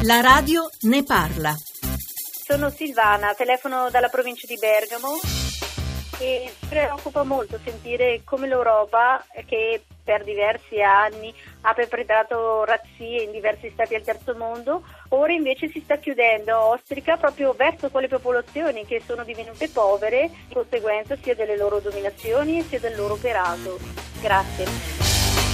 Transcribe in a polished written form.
La radio ne parla. Sono Silvana, telefono dalla provincia di Bergamo e preoccupa molto sentire come l'Europa, che per diversi anni ha perpetrato razzie in diversi stati del terzo mondo, ora invece si sta chiudendo, ostrica proprio verso quelle popolazioni che sono divenute povere, in conseguenza sia delle loro dominazioni sia del loro operato. Grazie.